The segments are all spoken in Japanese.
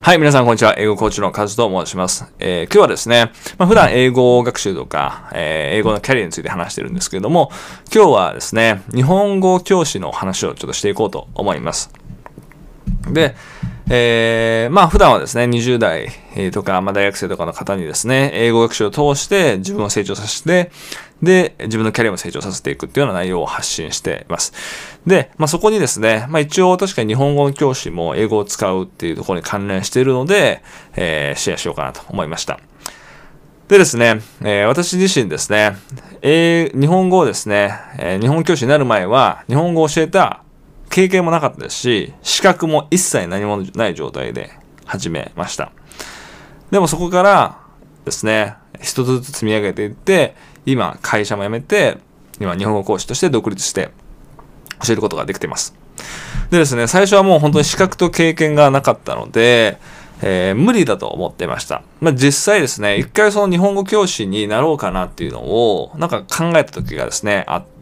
はい、皆さん、こんにちは。英語コーチのカズと申します。今日はですね、普段英語学習とか、英語のキャリアについて話してるんですけれども、今日はですね、日本語教師の話をちょっとしていこうと思います。で、普段はですね、20代とか、大学生とかの方にですね、英語学習を通して自分を成長させて、で、自分のキャリアも成長させていくっていうような内容を発信しています。で、そこにですね、一応確かに日本語の教師も英語を使うっていうところに関連しているので、シェアしようかなと思いました。でですね、私自身ですね、日本語をですね、日本教師になる前は、日本語を教えた経験もなかったですし、資格も一切何もない状態で始めました。でもそこからですね、一つずつ積み上げていって、今会社も辞めて、今日本語講師として独立して教えることができています。でですね、最初はもう本当に資格と経験がなかったので、無理だと思っていました。実際ですね、一回その日本語教師になろうかなっていうのを考えた時がですね、あって、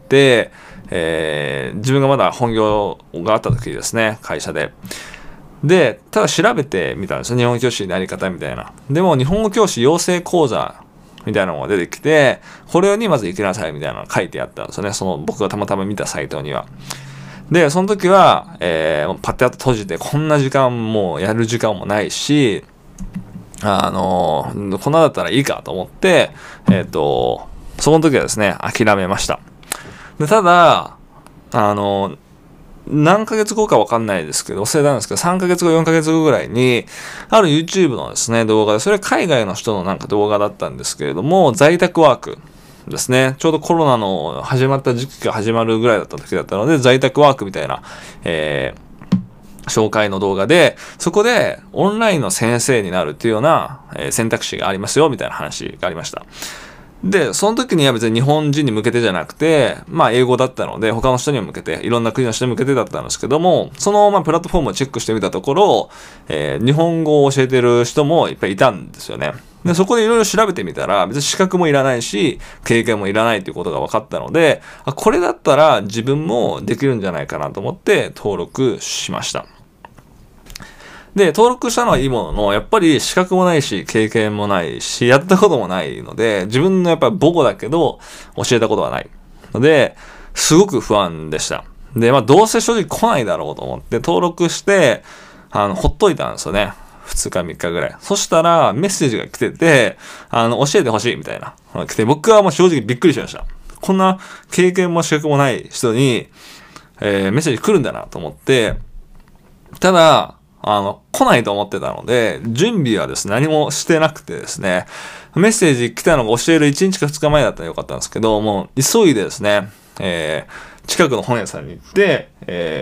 自分がまだ本業があった時ですね、会社で。で、ただ調べてみたんですよ。日本語教師のやり方みたいな。でも日本語教師養成講座みたいなのが出てきて、これにまず行きなさいみたいなのが書いてあったんですよね。その僕がたまたま見たサイトには。で、その時は、パッて閉じて、こんな時間もやる時間もないし、こんなだったらいいかと思って、その時はですね、諦めました。で、ただ、何ヶ月後かわかんないですけど、忘れたんですけど、3ヶ月後、4ヶ月後ぐらいに、ある YouTube のですね、動画で、それは海外の人の動画だったんですけれども、在宅ワークですね。ちょうどコロナの始まった時期が始まるぐらいだった時だったので、在宅ワークみたいな、紹介の動画で、そこでオンラインの先生になるっていうような、選択肢がありますよ、みたいな話がありました。で、その時には別に日本人に向けてじゃなくて、英語だったので、他の人にも向けて、いろんな国の人に向けてだったんですけども、そのプラットフォームをチェックしてみたところ、日本語を教えてる人もいっぱいいたんですよね。で、そこでいろいろ調べてみたら、別に資格もいらないし、経験もいらないということが分かったので、これだったら自分もできるんじゃないかなと思って登録しました。で、登録したのはいいものの、やっぱり資格もないし、経験もないし、やったこともないので、自分のやっぱ母語だけど、教えたことはないので、すごく不安でした。で、どうせ正直来ないだろうと思って登録して、ほっといたんですよね。2日3日ぐらい。そしたら、メッセージが来てて、教えてほしいみたいな。来て、僕はもう正直びっくりしました。こんな経験も資格もない人に、メッセージ来るんだなと思って、ただ、来ないと思ってたので、準備はですね、何もしてなくてですね、メッセージ来たのが教える1日か2日前だったらよかったんですけど、もう急いでですね、近くの本屋さんに行って、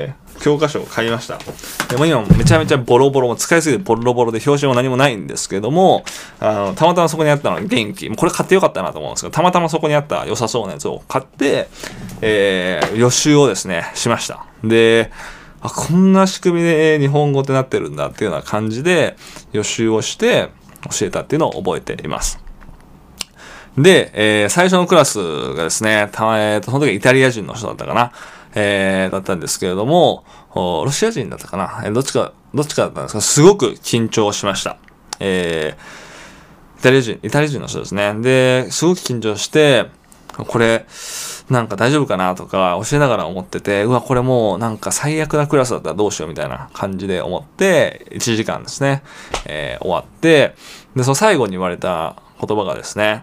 教科書を買いました。でも今めちゃめちゃボロボロ、使いすぎてボロボロで表紙も何もないんですけども、たまたまそこにあったのに元気。これ買ってよかったなと思うんですけど、たまたまそこにあった良さそうなやつを買って、予習をですね、しました。で、こんな仕組みで日本語ってなってるんだっていうような感じで予習をして教えたっていうのを覚えています。で、最初のクラスがですね、その時イタリア人の人だったかな、だったんですけれども、ロシア人だったかな、どっちかだったんですが、すごく緊張しました。イタリア人の人ですね。で、すごく緊張して、これ、大丈夫かなとか教えながら思ってて、これもう最悪なクラスだったらどうしようみたいな感じで思って、1時間ですね、終わって、で、その最後に言われた言葉がですね、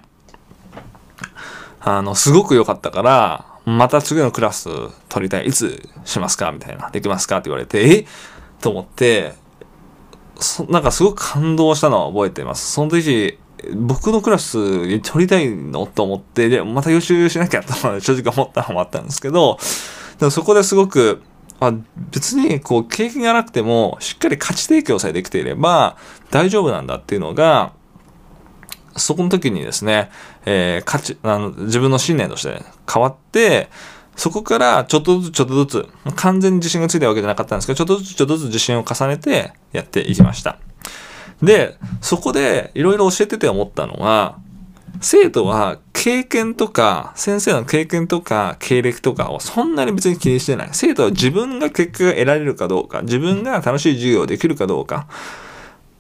すごく良かったから、また次のクラス取りたい。いつしますかみたいな。できますかって言われて、と思って、すごく感動したのを覚えています。その時、僕のクラスに取りたいのと思って、で、また予習しなきゃと正直思ったのもあったんですけど、でもそこですごく、別に経験がなくても、しっかり価値提供さえできていれば大丈夫なんだっていうのが、そこの時にですね、自分の信念として変わって、そこからちょっとずつ、完全に自信がついたわけじゃなかったんですけど、ちょっとずつ自信を重ねてやっていきました。で、そこでいろいろ教えてて思ったのは、生徒は経験とか、先生の経験とか経歴とかをそんなに別に気にしてない。生徒は自分が結果が得られるかどうか、自分が楽しい授業をできるかどうか、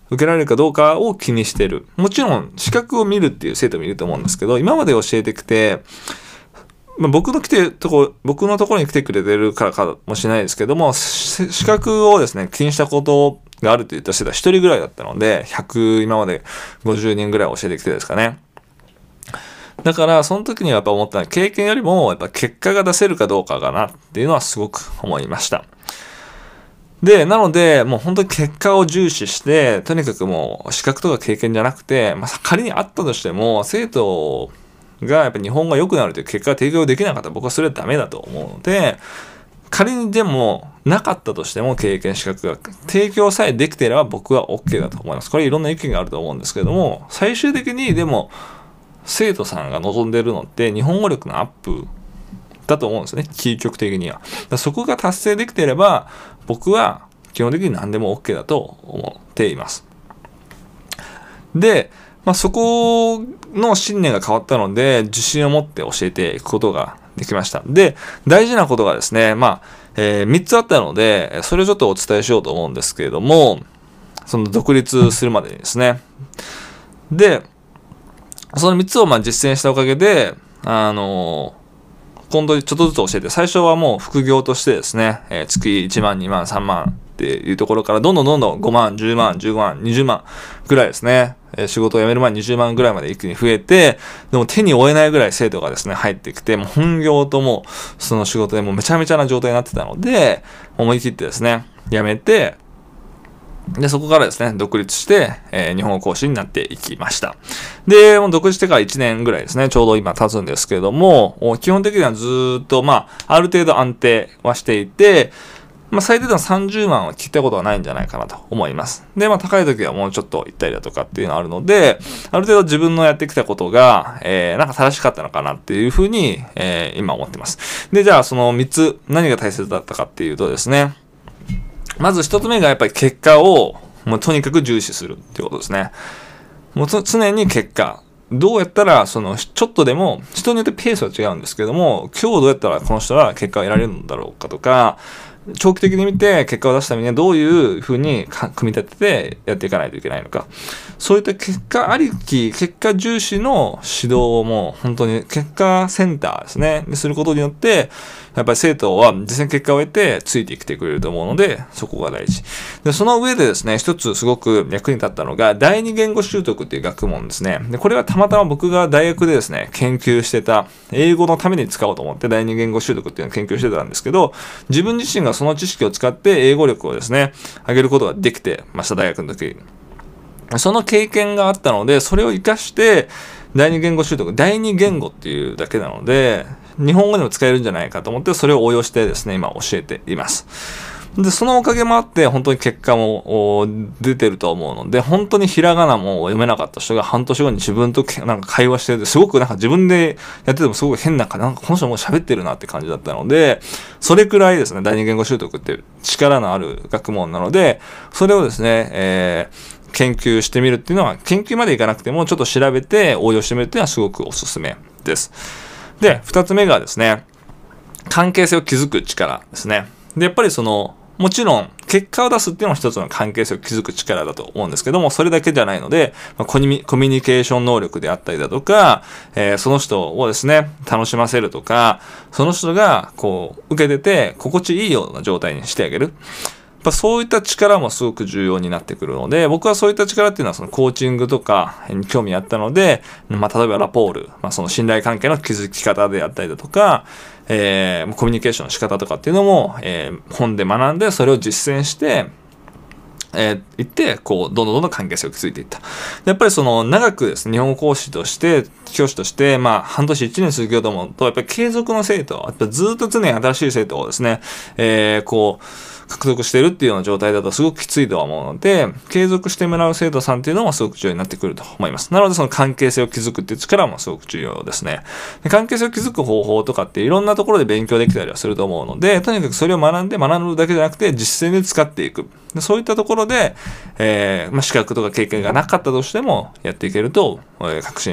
受けられるかどうかを気にしてる。もちろん資格を見るっていう生徒もいると思うんですけど、今まで教えてきて、僕のところに来てくれてるからかもしれないですけども、資格をですね、気にしたことがあるって言った生徒は1人ぐらいだったので、今まで50人ぐらい教えてきてですかね。だから、その時にはやっぱ思ったのは、経験よりも、やっぱ結果が出せるかどうかかなっていうのはすごく思いました。で、なので、もう本当に結果を重視して、とにかくもう資格とか経験じゃなくて、仮にあったとしても、生徒がやっぱ日本語が良くなるという結果が提供できなかったら僕はそれはダメだと思うので、仮にでもなかったとしても経験資格が提供さえできていれば僕は OK だと思います。これいろんな意見があると思うんですけれども、最終的にでも生徒さんが望んでいるのって日本語力のアップだと思うんですね。究極的には。そこが達成できていれば僕は基本的に何でも OK だと思っています。で、そこの信念が変わったので、自信を持って教えていくことができました。で、大事なことがですね、3つあったので、それをちょっとお伝えしようと思うんですけれども、その独立するまでにですね。で、その3つを実践したおかげで、今度ちょっとずつ教えて、最初はもう副業としてですね、月1万、2万、3万っていうところから、どんどん5万、10万、15万、20万ぐらいですね、仕事を辞める前に20万ぐらいまで一気に増えて、でも手に負えないぐらい生徒がですね、入ってきて、もう本業ともその仕事でもうめちゃめちゃな状態になってたので、思い切ってですね、辞めて、で、そこからですね、独立して、日本語講師になっていきました。で、もう独立してから1年ぐらいですね、ちょうど今経つんですけれども、基本的にはずっと、ある程度安定はしていて、最低でも30万は切ったことはないんじゃないかなと思います。で、高い時はもうちょっと行ったりだとかっていうのがあるので、ある程度自分のやってきたことが、なんか正しかったのかなっていうふうに、今思ってます。で、じゃあその3つ、何が大切だったかっていうとですね、まず1つ目がやっぱり結果を、もうとにかく重視するっていうことですね。もう常に結果。どうやったら、ちょっとでも、人によってペースは違うんですけども、今日どうやったらこの人は結果を得られるんだろうかとか、長期的に見て結果を出すためにはどういうふうに組み立ててやっていかないといけないのか。そういった結果ありき、結果重視の指導も本当に結果センターですね。することによって、やっぱり生徒は実際に結果を得てついてきてくれると思うので、そこが大事。で、その上でですね、一つすごく役に立ったのが、第二言語習得っていう学問ですね。で、これはたまたま僕が大学でですね、研究してた、英語のために使おうと思って第二言語習得っていうのを研究してたんですけど、自分自身がその知識を使って英語力をですね、上げることができてました、大学の時。その経験があったので、それを活かして、第二言語習得、第二言語っていうだけなので、日本語にも使えるんじゃないかと思って、それを応用してですね、今教えています。で、そのおかげもあって、本当に結果も出てると思うので、本当にひらがなも読めなかった人が半年後に自分となんか会話してて、すごくなんか自分でやっててもすごく変なんかこの人もう喋ってるなって感じだったので、それくらいですね、第二言語習得って力のある学問なので、それをですね、研究してみるっていうのは、研究までいかなくてもちょっと調べて応用してみるっていうのはすごくおすすめです。で、二つ目がですね、関係性を築く力ですね。で、やっぱりもちろん、結果を出すっていうのも一つの関係性を築く力だと思うんですけども、それだけじゃないので、コミュニケーション能力であったりだとか、その人をですね、楽しませるとか、その人が、受けてて、心地いいような状態にしてあげる。そういった力もすごく重要になってくるので、僕はそういった力っていうのはコーチングとかに興味あったので、例えばラポール、その信頼関係の築き方であったりだとか、コミュニケーションの仕方とかっていうのも、本で学んで、それを実践して、行って、どんどん関係性を築いていった。やっぱり長くですね、日本語講師として、教師として、半年1年続けようと思うと、やっぱり継続の生徒、やっぱずっと常に新しい生徒をですね、獲得しているっていうような状態だとすごくきついとは思うので、継続してもらう生徒さんっていうのもすごく重要になってくると思います。なのでその関係性を築くっていう力もすごく重要ですね。で、関係性を築く方法とかっていろんなところで勉強できたりはすると思うので、とにかくそれを学ぶだけじゃなくて実践で使っていく。で、そういったところで、資格とか経験がなかったとしてもやっていけると、確信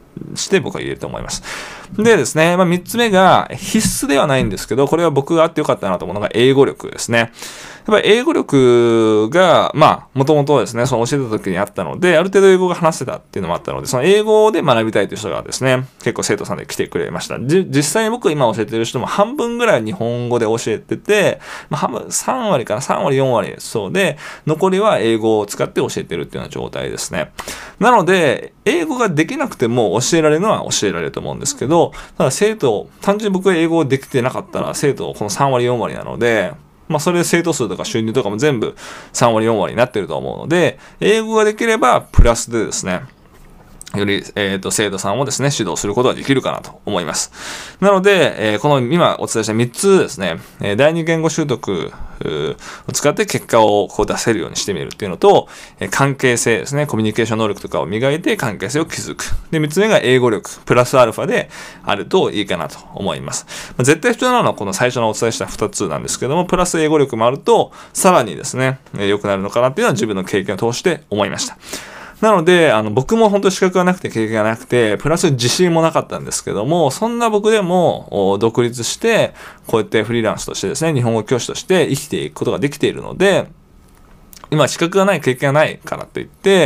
して僕は言えると思います。でですね、3つ目が必須ではないんですけど、これは僕があってよかったなと思うのが英語力ですね。やっぱり英語力が、もともとですね、その教えた時にあったので、ある程度英語が話せたっていうのもあったので、その英語で学びたいという人がですね、結構生徒さんで来てくれました。実際に僕今教えてる人も半分ぐらい日本語で教えてて、半分、3割かな、3割、4割そうで、残りは英語を使って教えてるっていうような状態ですね。なので、英語ができなくても教えられるのは教えられると思うんですけど、ただ単純に僕が英語できてなかったら、生徒この3割、4割なので、それで生徒数とか収入とかも全部3割、4割になってると思うので、英語ができればプラスでですね、より、生徒さんをですね、指導することができるかなと思います。なので、この今お伝えした3つですね、第二言語習得を使って結果をこう出せるようにしてみるっていうのと、関係性ですね、コミュニケーション能力とかを磨いて関係性を築く。で、3つ目が英語力、プラスアルファであるといいかなと思います。絶対必要なのはこの最初のお伝えした2つなんですけども、プラス英語力もあると、さらにですね、良くなるのかなっていうのは自分の経験を通して思いました。なので、僕も本当に資格がなくて経験がなくて、プラス自信もなかったんですけども、そんな僕でも独立して、こうやってフリーランスとしてですね、日本語教師として生きていくことができているので、今資格がない、経験がないからといって、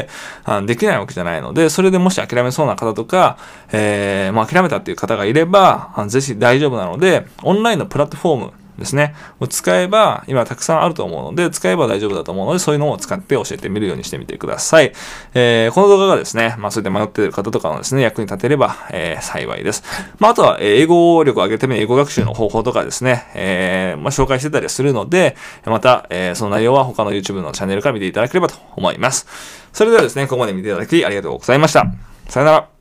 できないわけじゃないので、それでもし諦めそうな方とか、諦めたっていう方がいれば、ぜひ大丈夫なので、オンラインのプラットフォーム、ですね。を使えば、今たくさんあると思うので、使えば大丈夫だと思うので、そういうのを使って教えてみるようにしてみてください。この動画がですね、そういった迷っている方とかのですね、役に立てれば、幸いです。あとは、英語力を上げるために英語学習の方法とかですね、紹介してたりするので、また、その内容は他の YouTube のチャンネルから見ていただければと思います。それではですね、ここまで見ていただきありがとうございました。さよなら。